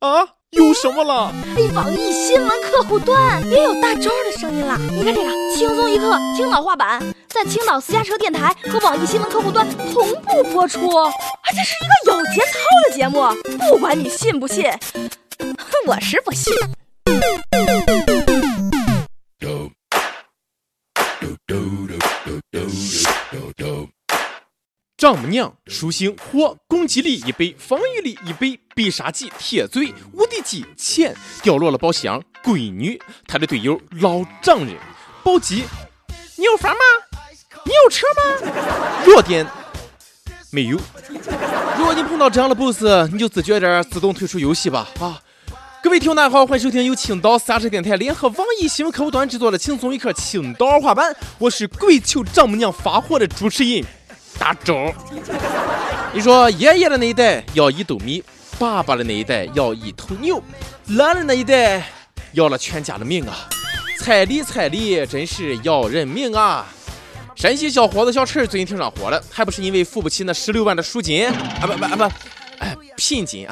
啊，有什么了？ 网易新闻客户端也有大招的声音了。你看这个轻松一刻青岛话版，在青岛私家车电台和网易新闻客户端同步播出。这是一个有节操的节目，不管你信不信，我是不信。 丈母娘属性火，攻击力100，防御力100，必杀技铁嘴，无敌技钱，掉落了宝箱闺女，她的队友老丈人暴击。你有房吗？你有车吗？弱点没有。如果你碰到这样的 boss， 你就自觉点，自动退出游戏吧。各位听众大家好，欢迎收听由青岛私家车电台联合网易新闻客户端制作的轻松一刻青岛话版，我是跪求丈母娘发货的主持人大周。你说爷爷的那一代要1斗米，爸爸的那一代要1头牛，姥姥那一代要了全家的命啊！彩礼真是要人命啊！山西小伙子小陈最近挺上火了，还不是因为付不起那16万的赎金聘金。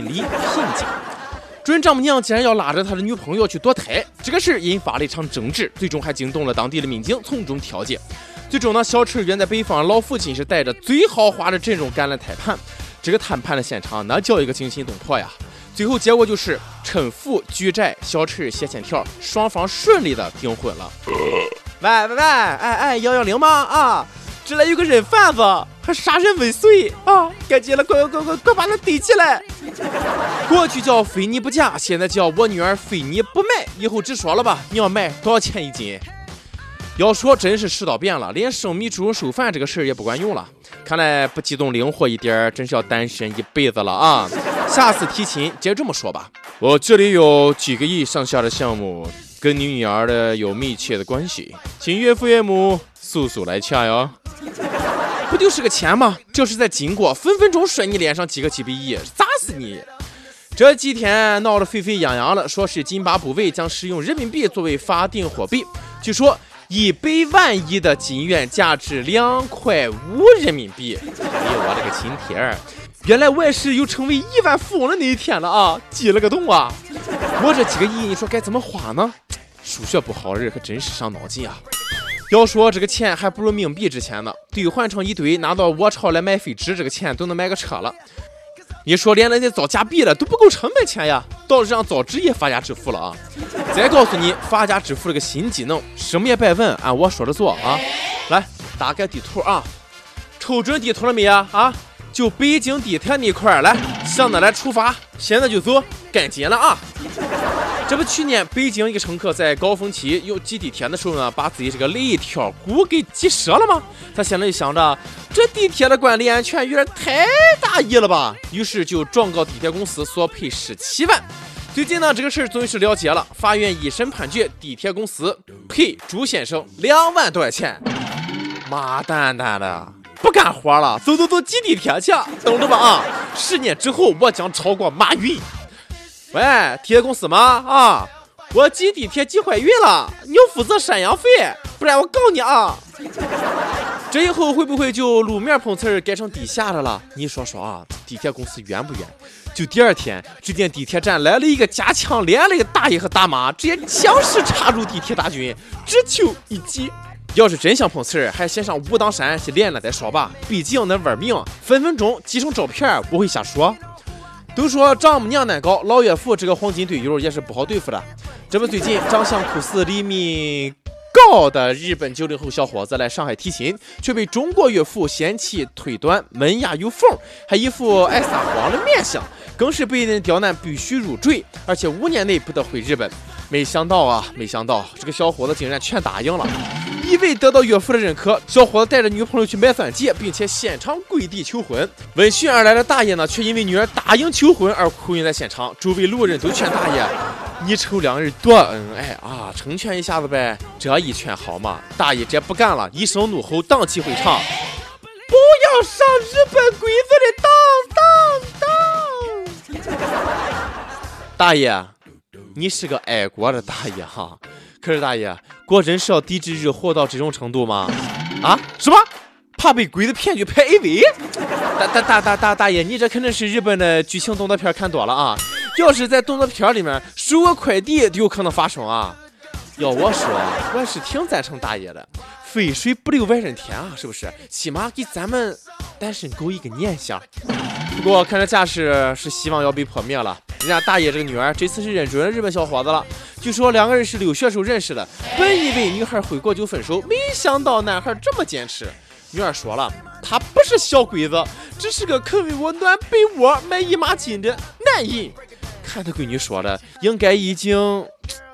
主任丈母娘竟然要拉着他的女朋友去堕胎，这个事引发了一场争执，最终还惊动了当地的民警从中调解。最终呢，小陈远在北方老父亲是带着最豪华的阵容赶来谈判，这个谈判的现场那叫一个惊心动魄呀！最后结果就是陈父举债，小陈写欠条，双方顺利的订婚了。喂，110吗？这来有个人贩子，还杀人未遂啊！赶紧了，快把他逮起来！过去叫非你不嫁，现在叫我女儿非你不卖，以后直说了吧，你要卖多少钱1斤？要说真是世道变了，连生米煮熟饭这个事儿也不管用了。看来不激动灵活一点，真是要单身一辈子了啊！下次提亲接这么说吧，我这里有几个亿上下的项目，跟你女儿的有密切的关系，请岳父岳母速来洽呀！不就是个钱吗？这是在经过，分分钟甩你脸上几个几百亿，砸死你！这几天闹得沸沸扬扬了，说是津巴布韦将使用人民币作为法定货币，据说100万亿的金元价值2.5块人民币。哎呦我的个亲天儿！原来我也是有成为亿万富翁的那一天了啊！激了个洞啊！我这几个亿，你说该怎么花呢？数学不好人可真是伤脑筋啊！要说这个钱还不如冥币值钱呢，兑换成一堆，拿到我超来买废纸，这个钱都能买个车了。你说连那些造假币了都不够成本钱呀，倒是让造纸业发家致富了啊！再告诉你发家致富这个新技能，什么也别问，按我说的做啊！来打开地图啊，瞅准地图了没啊？就北京地铁那块儿，来向那来出发，现在就走，赶紧了啊！这不去年北京一个乘客在高峰期有挤地铁的时候呢，把自己这个肋条骨给挤折了吗？他现在就想着这地铁的管理安全有点太大意了吧，于是就状告地铁公司索赔17万。最近呢，这个事终于是了结了，法院一审判决地铁公司赔朱先生2万多块钱。妈蛋蛋的，不干活了，走挤地铁去，等着吧啊！10年之后我将超过马云。喂，地铁公司吗？我挤地铁挤坏运了，你要负责赡养费，不然我告你啊！这以后会不会就路面碰瓷改成地下的了？你说说啊，地铁公司冤不冤？就第2天，只见地铁站来了一个加强连的大爷和大妈，直接强势插入地铁大军，只求一挤。要是真想碰瓷还先上武当山去练了再说吧，毕竟那玩命，分分钟挤成照片我会瞎说。都说丈母娘难搞，老岳父这个黄金队友也是不好对付的。这不最近长相酷似黎明高的日本90后小伙子来上海提亲，却被中国岳父嫌弃腿短门牙有缝，还一副爱撒谎的面相，更是被人刁难必须入赘，而且5年内不得回日本。没想到这个小伙子竟然全答应了。以为得到岳父的认可，小伙子带着女朋友去买钻戒，并且现场跪地求婚。闻讯而来的大爷呢，却因为女儿答应求婚而哭晕在现场。周围路人都劝大爷：“你瞅两人多恩爱啊，成全一下子呗。”这一劝好嘛，大爷这不干了，一声怒吼，荡起会场：“不要上日本鬼子的当！”大爷，你是个爱国的大爷哈。可是大爷，果真是要抵制日货到这种程度吗？什么？怕被鬼子骗去拍 AV？ 大爷，你这肯定是日本的剧情动作片看多了啊！ 要是在动作片里面收个快递都有可能发生啊。要我说，我是挺赞成大爷的，肥水不流外人田啊，是不是？起码给咱们单身狗一个念想。不过看这架势是希望要被破灭了。人家大爷这个女儿这次是认准日本小伙子了，据说两个人是留学时候认识的，本以为女孩回国就分手，没想到男孩这么坚持。女儿说了，他不是小鬼子，只是个肯为我暖被窝买1马斤的男人。看他闺女说的，应该已经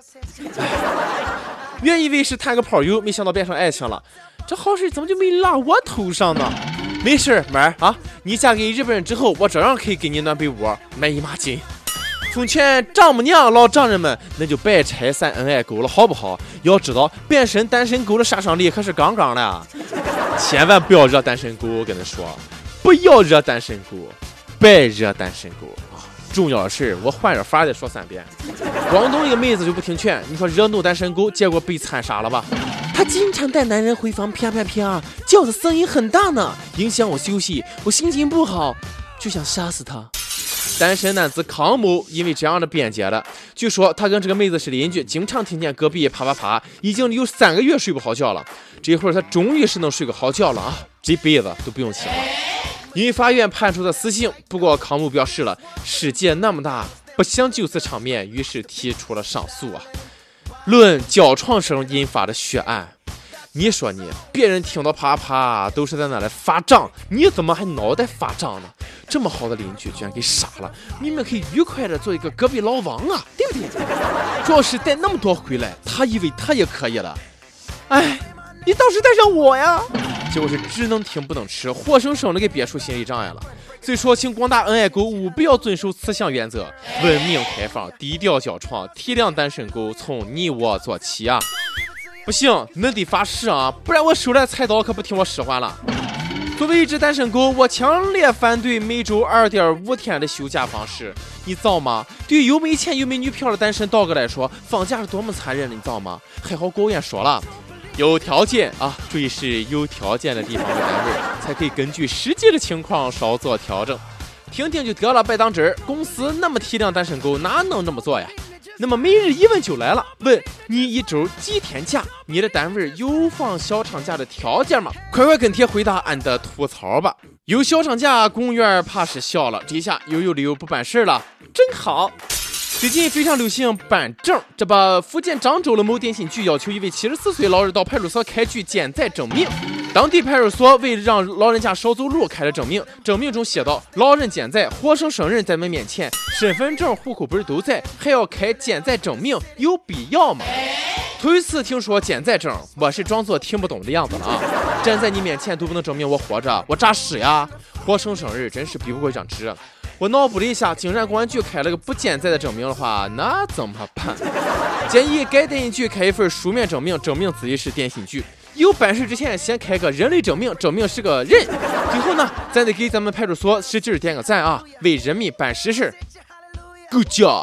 原以为是谈个炮友，没想到变成爱情了。这好事怎么就没落我头上呢？没事，妹儿啊，你嫁给日本人之后，我照样可以给你暖被窝买1马斤。奉劝丈母娘老丈人们，那就别拆散恩爱狗了，好不好？要知道，变身单身狗的杀伤力可是杠杠的，千万不要惹单身狗。我跟你说，不要惹单身狗，别惹单身狗啊！重要的是，我换着法再说3遍。广东一个妹子就不听劝，你说惹怒单身狗，结果被惨杀了吧？他经常带男人回房啪啪啪，叫的声音很大呢，影响我休息，我心情不好，就想杀死他。单身男子康某因为这样的辩解了，据说他跟这个妹子是邻居，经常听见隔壁啪啪啪，已经有3个月睡不好觉了。这会儿他终于是能睡个好觉了啊，这辈子都不用请了。因为法院判处的死刑，不过康某表示了世界那么大，不想就此场面，于是提出了上诉啊。论叫床声引发的血案，你说你别人听到啪啪都是在那来发胀，你怎么还脑袋发胀呢？这么好的邻居居然给杀了，你们可以愉快的做一个隔壁老王啊，对不对？主要是带那么多回来，他以为他也可以了。哎，你倒是带上我呀！结果是只能听不能吃，活生生的给憋出心理障碍了。所以说，请广大恩爱狗务必要遵守此项原则，文明开放，低调叫床，体谅单身狗，从你我做起啊！不行，恁得发誓啊，不然我收来菜刀可不听我使唤了。作为一只单身狗，我强烈反对每周2.5天的休假方式，你知道吗？对于又没钱又没女票的单身道哥来说，放假是多么残忍的，你知道吗？还好国务院说了，有条件啊，注意是有条件的地方和单位才可以根据实际的情况稍作调整。听听就得了，别当真。公司那么体谅单身狗，哪能这么做呀？那么每日一问就来了，问你1周几天假？你的单位有放小长假的条件吗？快快跟帖回答俺的吐槽吧。有小长假，公务员怕是笑了，这下又有理由不办事了，真好。最近非常流行办证，这把福建漳州的某电信局要求一位74岁老人到派出所开具健在证明。当地派出所为了让老人家少走路开了证明，证明中写道：老人健在，活生生人在门面前，身份证、户口本都在，还要开健在证明，有必要吗？头一次听说健在证，我是装作听不懂的样子了啊！站在你面前都不能证明我活着，我咋使呀？活生生人真是比不过一张纸。我脑补了一下，竟然公安局开了个不健在的证明的话，那怎么办？建议该电信局开一份书面证明，证明自己是电信局。有办事之前先开个人类证明，证明是个人。最后呢，咱得给咱们派出所使劲点个赞啊，为人民办实事。Good job！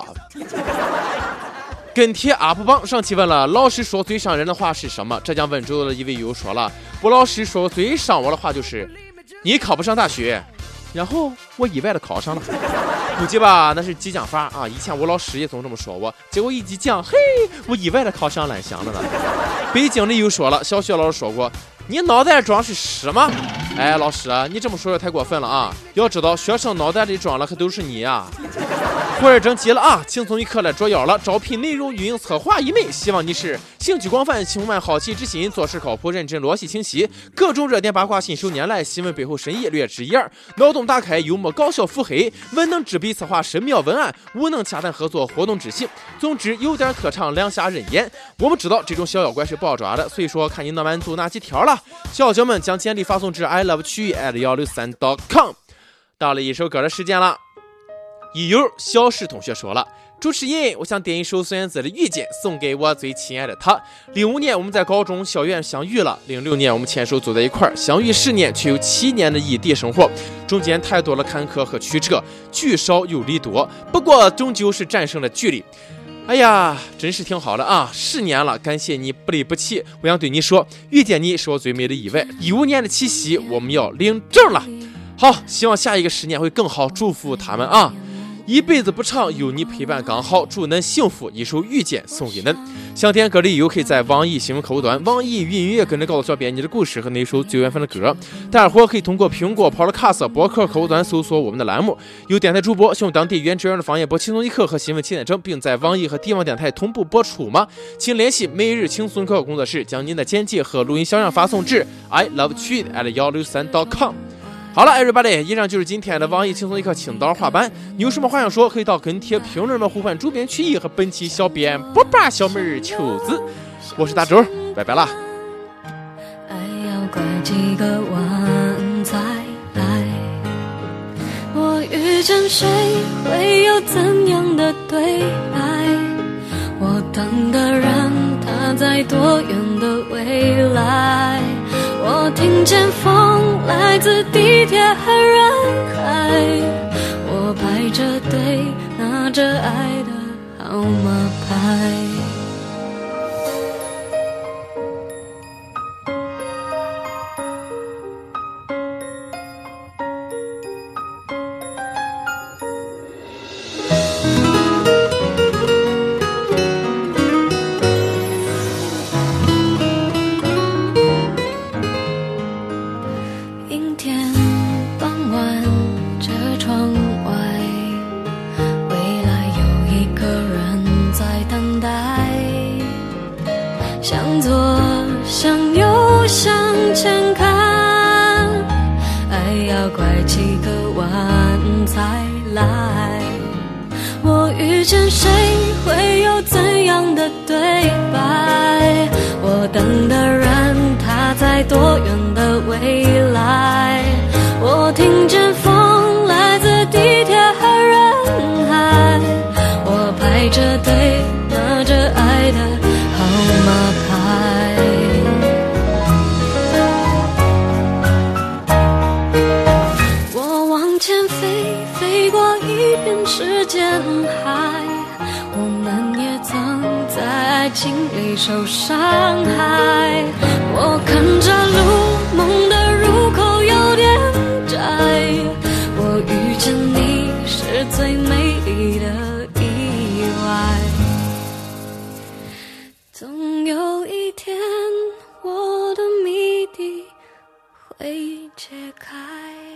跟帖 UP 榜上期问了，老师说最伤人的话是什么？浙江温州的一位友说了，我老师说最伤我的话就是你考不上大学。然后我意外的考上了，估计吧那是激将法啊！以前我老师也总这么说我，结果一激将，嘿，我意外的考上蓝翔了呢。北京的又说了，小学老师说过，你脑袋装是屎吗？哎，老师啊，你这么说也太过分了啊！要知道学生脑袋里装了可都是你啊！会儿征集了啊，轻松一刻来捉妖了。招聘内容运营策划一枚，希望你是兴趣广泛、充满好奇之心，做事靠谱、认真、逻辑清晰，各种热点八卦信手拈来，新闻背后深意略知一二，脑洞大开、幽默搞笑、腹黑，文能执笔策划神妙文案，武能洽谈合作、活动执行。总之有点特长，两下人言。我们知道这种小妖怪是不好抓的，所以说看你能满足哪几条了。小姐们将简历发送至 iLoveChü@163.com。到了一首歌的时间了。一友小石同学说了，主持人，我想点一首孙燕姿的《遇见》，送给我最亲爱的他。05年我们在高中校园相遇了，06年我们牵手走在一块儿，相遇10年却有7年的异地生活，中间太多了坎坷和曲折，聚少又离多，不过终究是战胜了距离。哎呀，真是挺好的啊！10年了，感谢你不离不弃。我想对你说，遇见你是我最美的意外。15年的七夕，我们要领证了。好，希望下一个10年会更好，祝福他们啊！ 一辈子不长，有你陪伴刚好，祝恁幸福，一首遇见送给恁。想点歌的友可以在网易新闻客户端、网易云音乐跟着告诉小编你的故事和那首最缘分的歌。大伙可以通过苹果 Podcast 播客客户端搜索我们的栏目，有电台主播用当地原汁原味的方言播轻松一刻和新闻7点整，并在网易和地方电台同步播出吗？请联系每日轻松一刻工作室，将您的简介和录音小样发送至 iLoveTude@163.com。好了 ，everybody， 以上就是今天的网易轻松一刻青岛话版。你有什么话想说，可以到跟帖评论们互换主编曲艺和本期小编波霸小妹秋子。我是大周，拜拜啦。 爱要拐几个弯才来，我遇见谁会有怎样的对白？我等的人他在多远的未来？我听见风来自地铁和人海，我排着队拿着爱的号码牌。向左向右向前看，爱要拐几个弯才来。我遇见谁会有怎样的对白？我等的人他在多远的未来？我听见风来自地铁和人海，我排着队拿着爱的号码牌。我往前飞，飞过一片时间海，我们也曾在爱情里受伤害。我看着路，梦的入口有点窄，我遇见你是最美丽的意外。总有一天我的谜底会解开。